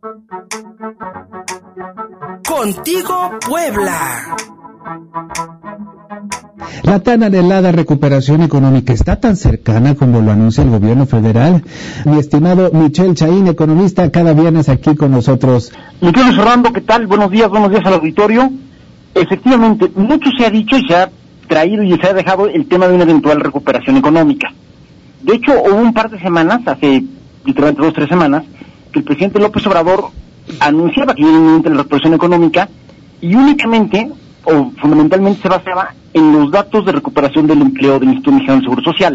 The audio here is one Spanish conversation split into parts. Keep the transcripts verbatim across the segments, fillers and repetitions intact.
Contigo Puebla. La tan anhelada recuperación económica está tan cercana como lo anuncia el gobierno federal. Mi estimado Michel Chaín, economista, cada viernes aquí con nosotros. Michel Serrando, ¿qué tal? Buenos días, buenos días al auditorio. Efectivamente, mucho se ha dicho y se ha traído y se ha dejado el tema de una eventual recuperación económica. De hecho, hubo un par de semanas, hace literalmente dos o tres semanas, que el presidente López Obrador anunciaba que iba a inminente la recuperación económica y únicamente o fundamentalmente se basaba en los datos de recuperación del empleo del Instituto Mexicano del Seguro Social.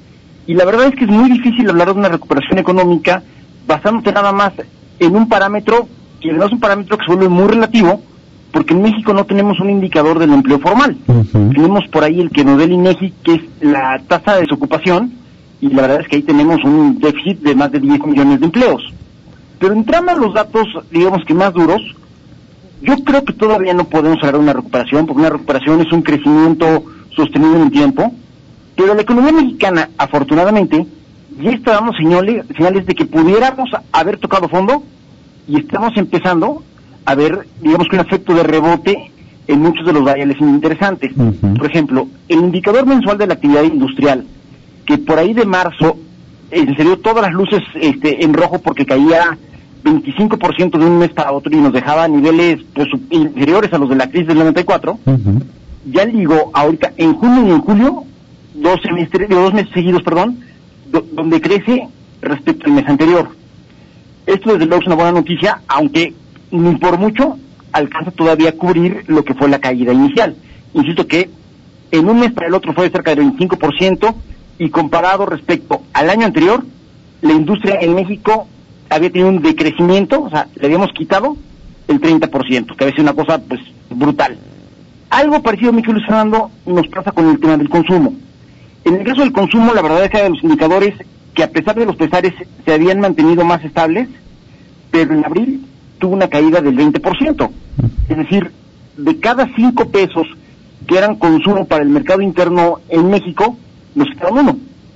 Y la verdad es que es muy difícil hablar de una recuperación económica basándote nada más en un parámetro que además es un parámetro que se vuelve muy relativo, porque en México no tenemos un indicador del empleo formal. Uh-huh. Tenemos por ahí el que nos da el INEGI, que es la tasa de desocupación, y la verdad es que ahí tenemos un déficit de más de diez millones de empleos. Pero entrando a los datos, digamos que más duros, yo creo que todavía no podemos hablar de una recuperación, porque una recuperación es un crecimiento sostenido en el tiempo, pero la economía mexicana, afortunadamente, ya está dando señales, señales de que pudiéramos haber tocado fondo, y estamos empezando a ver, digamos que un efecto de rebote en muchos de los variables interesantes. Uh-huh. Por ejemplo, el indicador mensual de la actividad industrial, que por ahí de marzo encendió todas las luces este, en rojo porque caía veinticinco por ciento de un mes para otro y nos dejaba niveles pues inferiores a los de la crisis del noventa y cuatro, uh-huh. Ya digo, ahorita en junio y en julio, dos semestres, dos meses seguidos, perdón, do, donde crece respecto al mes anterior. Esto desde luego es una buena noticia, aunque ni por mucho alcanza todavía a cubrir lo que fue la caída inicial. Insisto que en un mes para el otro fue cerca del veinticinco por ciento y comparado respecto al año anterior, la industria en México había tenido un decrecimiento, o sea, le habíamos quitado el treinta por ciento, que había sido una cosa pues brutal. Algo parecido, Miguel Luis Fernando, nos pasa con el tema del consumo. En el caso del consumo, la verdad es que hay los indicadores que a pesar de los pesares se habían mantenido más estables, pero en abril tuvo una caída del veinte por ciento. Es decir, de cada cinco pesos que eran consumo para el mercado interno en México, nos quitaron uno.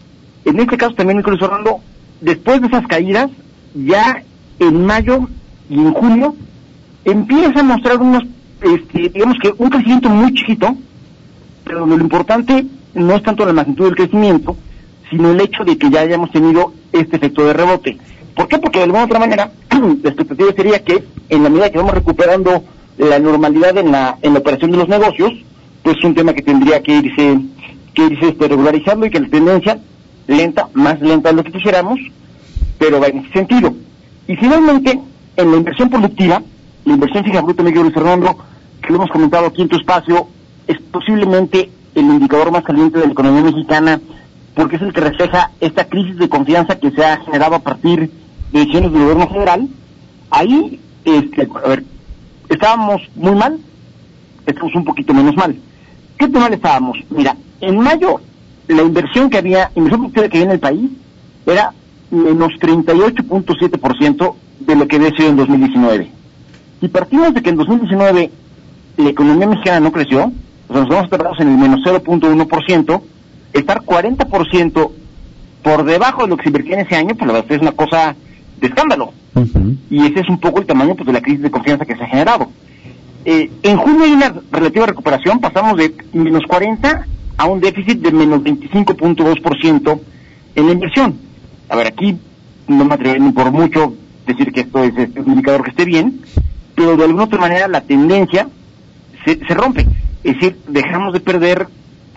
En este caso también, Miguel Luis Fernando, después de esas caídas, ya en mayo y en junio empieza a mostrar unos, este, digamos que un crecimiento muy chiquito, pero donde lo importante no es tanto la magnitud del crecimiento, sino el hecho de que ya hayamos tenido este efecto de rebote. ¿Por qué? Porque de alguna otra manera la expectativa sería que en la medida que vamos recuperando la normalidad en la en la operación de los negocios, pues es un tema que tendría que irse que irse este, regularizando y que la tendencia lenta, más lenta de lo que quisiéramos, pero va en ese sentido. Y finalmente, en la inversión productiva, la inversión fija bruta, Miguel Luis Fernando, que lo hemos comentado aquí en tu espacio, es posiblemente el indicador más caliente de la economía mexicana, porque es el que refleja esta crisis de confianza que se ha generado a partir de decisiones del gobierno federal. Ahí, este, a ver, estábamos muy mal, estamos un poquito menos mal. ¿Qué tan mal estábamos? Mira, en mayo, la inversión que había, inversión productiva que había en el país, era menos treinta y ocho punto siete por ciento de lo que había sido en dos mil diecinueve. Si partimos de que en dos mil diecinueve la economía mexicana no creció, o sea, nos quedamos atrapados en el menos cero punto uno por ciento, estar cuarenta por ciento por debajo de lo que se invertía en ese año, pues la verdad es una cosa de escándalo. Uh-huh. Y ese es un poco el tamaño pues de la crisis de confianza que se ha generado. Eh, en junio hay una relativa recuperación, pasamos de menos cuarenta a un déficit de menos veinticinco punto dos por ciento en la inversión. A ver, aquí no me atrevo ni por mucho decir que esto es, es un indicador que esté bien, pero de alguna otra manera la tendencia se, se rompe. Es decir, dejamos de perder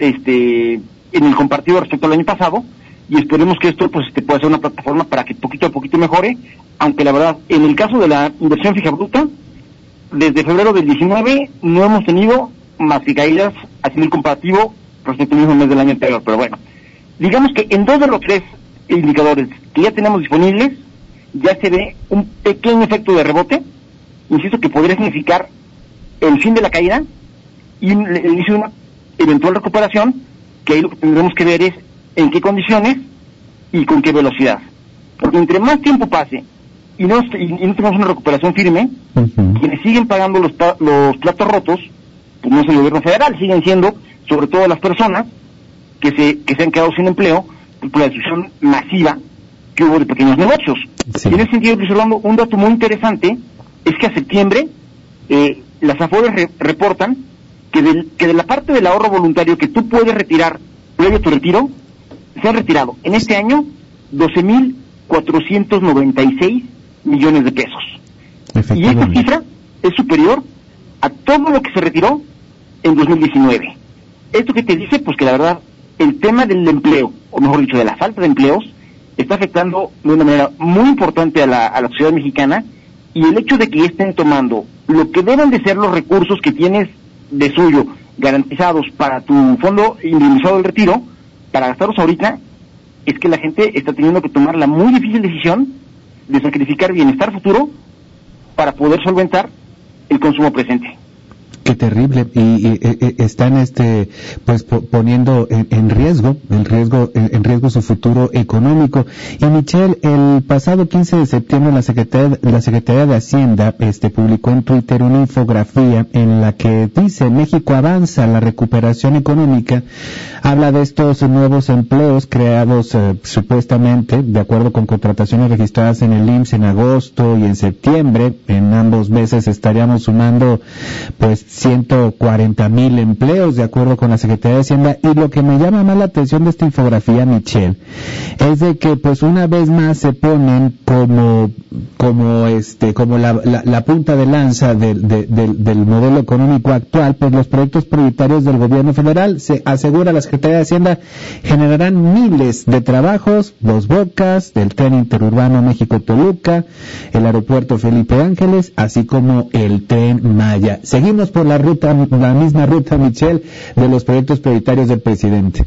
este en el compartido respecto al año pasado y esperemos que esto pues este, pueda ser una plataforma para que poquito a poquito mejore, aunque la verdad, en el caso de la inversión fija bruta, desde febrero del diecinueve no hemos tenido más que caídas así en el comparativo respecto al mismo mes del año anterior, pero bueno, digamos que en dos de los tres indicadores que ya tenemos disponibles, ya se ve un pequeño efecto de rebote, insisto que podría significar el fin de la caída y el inicio de una eventual recuperación, que ahí lo que tendremos que ver es en qué condiciones y con qué velocidad. Porque entre más tiempo pase y no, y, y no tenemos una recuperación firme, uh-huh. quienes siguen pagando los, los platos rotos, pues no es el gobierno federal, siguen siendo sobre todo las personas que se que se han quedado sin empleo por la destrucción masiva que hubo de pequeños negocios. Sí. Y en ese sentido, Luis Orlando, un dato muy interesante es que a septiembre eh, las Afores re- reportan que, del, que de la parte del ahorro voluntario que tú puedes retirar previo a tu retiro, se han retirado en este año doce mil cuatrocientos noventa y seis millones de pesos. Y esta cifra es superior a todo lo que se retiró en dos mil diecinueve. ¿Esto qué te dice? Pues que la verdad, el tema del empleo, o mejor dicho, de la falta de empleos, está afectando de una manera muy importante a la, a la sociedad mexicana, y el hecho de que estén tomando lo que deben de ser los recursos que tienes de suyo garantizados para tu fondo indemnizado del retiro, para gastarlos ahorita, es que la gente está teniendo que tomar la muy difícil decisión de sacrificar bienestar futuro para poder solventar el consumo presente. Qué terrible, y, y, y están este pues po, poniendo en, en riesgo el riesgo en, en riesgo su futuro económico. Y Michelle, el pasado quince de septiembre la Secretaría la Secretaría de Hacienda este publicó en Twitter una infografía en la que dice: México avanza, la recuperación económica. Habla de estos nuevos empleos creados eh, supuestamente de acuerdo con contrataciones registradas en el I M S S en agosto y en septiembre. En ambos meses estaríamos sumando pues ciento cuarenta mil empleos de acuerdo con la Secretaría de Hacienda. Y lo que me llama más la atención de esta infografía, Michelle, es de que pues una vez más se ponen como como este como la, la, la punta de lanza de, de, de, del modelo económico actual, pues los proyectos prioritarios del gobierno federal. Se asegura la Secretaría de Hacienda generarán miles de trabajos: Dos Bocas, el tren interurbano México-Toluca, el aeropuerto Felipe Ángeles, así como el tren Maya. Seguimos por la ruta, la misma ruta, Michelle, de los proyectos prioritarios del presidente.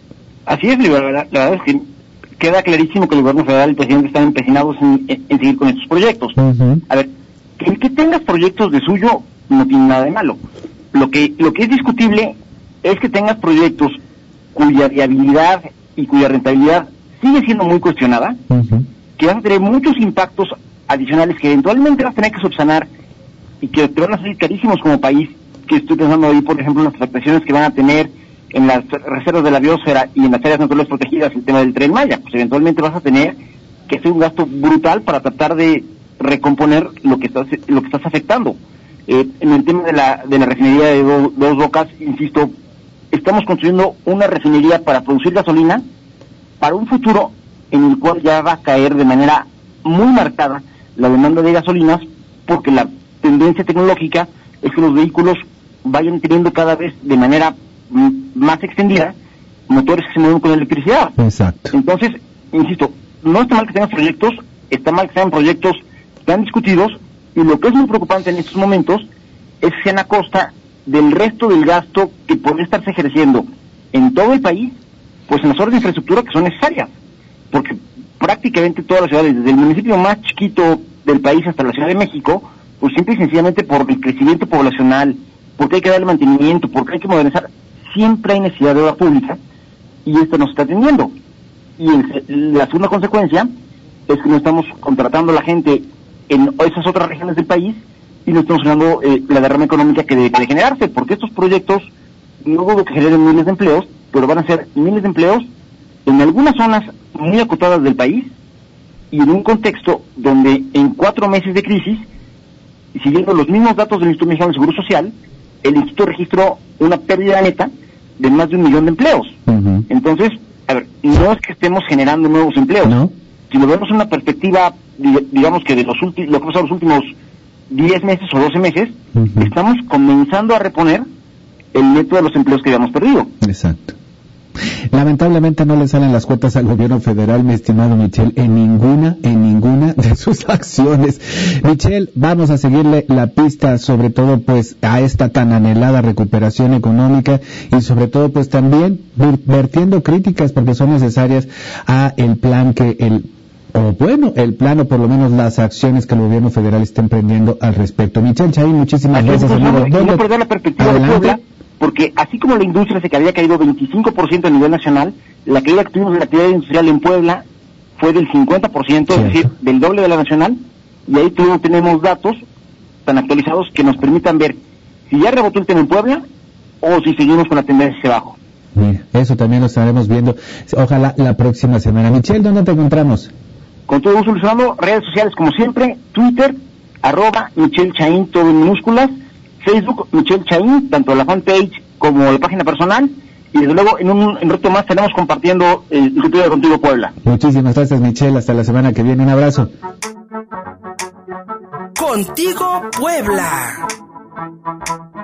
Así es, la verdad, la verdad es que queda clarísimo que el gobierno federal y el presidente están empecinados en, en, en seguir con estos proyectos. Uh-huh. A ver, que el que tengas proyectos de suyo no tiene nada de malo. Lo que, lo que es discutible es que tengas proyectos cuya viabilidad y cuya rentabilidad sigue siendo muy cuestionada, uh-huh. que van a tener muchos impactos adicionales que eventualmente vas a tener que subsanar y que te van a salir carísimos como país, que estoy pensando ahí, por ejemplo, en las afectaciones que van a tener en las reservas de la biosfera y en las áreas naturales protegidas, el tema del Tren Maya. Pues eventualmente vas a tener que hacer un gasto brutal para tratar de recomponer lo que estás lo que estás afectando. Eh, en el tema de la de la refinería de do, Dos Bocas, insisto, estamos construyendo una refinería para producir gasolina para un futuro en el cual ya va a caer de manera muy marcada la demanda de gasolinas, porque la tendencia tecnológica es que los vehículos vayan teniendo cada vez de manera m- más extendida motores que se mueven con electricidad. Exacto. Entonces, insisto, no está mal que tengan proyectos, está mal que sean proyectos tan discutidos, y lo que es muy preocupante en estos momentos es que sean a costa del resto del gasto que puede estarse ejerciendo en todo el país, pues en las obras de infraestructura que son necesarias, porque prácticamente todas las ciudades, desde el municipio más chiquito del país hasta la Ciudad de México, pues simple y sencillamente por el crecimiento poblacional, porque hay que darle mantenimiento, porque hay que modernizar, siempre hay necesidad de obra pública, y esto nos está atendiendo. Y el, la segunda consecuencia es que no estamos contratando a la gente en esas otras regiones del país y no estamos generando eh, la derrama económica que debe de generarse, porque estos proyectos no dudo que generen miles de empleos, pero van a ser miles de empleos en algunas zonas muy acotadas del país y en un contexto donde en cuatro meses de crisis, y siguiendo los mismos datos del Instituto Mexicano de Seguro Social, el Instituto registró una pérdida neta de más de un millón de empleos. Uh-huh. Entonces, a ver, no es que estemos generando nuevos empleos, ¿no? Si lo vemos en una perspectiva, digamos que de los últimos, lo que pasó los últimos diez meses o doce meses, uh-huh. estamos comenzando a reponer el neto de los empleos que habíamos perdido. Exacto. Lamentablemente no le salen las cuotas al gobierno federal, mi estimado Michelle, en ninguna, en ninguna de sus acciones. Michelle, vamos a seguirle la pista, sobre todo pues a esta tan anhelada recuperación económica y sobre todo pues también vertiendo críticas, porque son necesarias, a el plan que el o bueno, el plan o por lo menos las acciones que el gobierno federal está emprendiendo al respecto. Michelle Chaín, muchísimas Aquí gracias, amigo. Y no perder la perspectiva de Puebla, porque así como la industria se que había caído veinticinco por ciento a nivel nacional, la caída que tuvimos de la actividad industrial en Puebla fue del cincuenta por ciento, es decir, del doble de la nacional, y ahí tuvimos, tenemos datos tan actualizados que nos permitan ver si ya rebotó el tema en Puebla o si seguimos con la tendencia hacia abajo. Mira, eso también lo estaremos viendo, ojalá la próxima semana. Michelle, ¿dónde te encontramos? Con todo gusto, Luis Fernando. Redes sociales, como siempre, Twitter, arroba Michelle Chaín, todo en minúsculas, Facebook, Michelle Chaín, tanto la fanpage como la página personal, y desde luego en un, en un rato más tenemos compartiendo el Instituto de Contigo Puebla. Muchísimas gracias, Michelle, hasta la semana que viene, un abrazo. Contigo Puebla.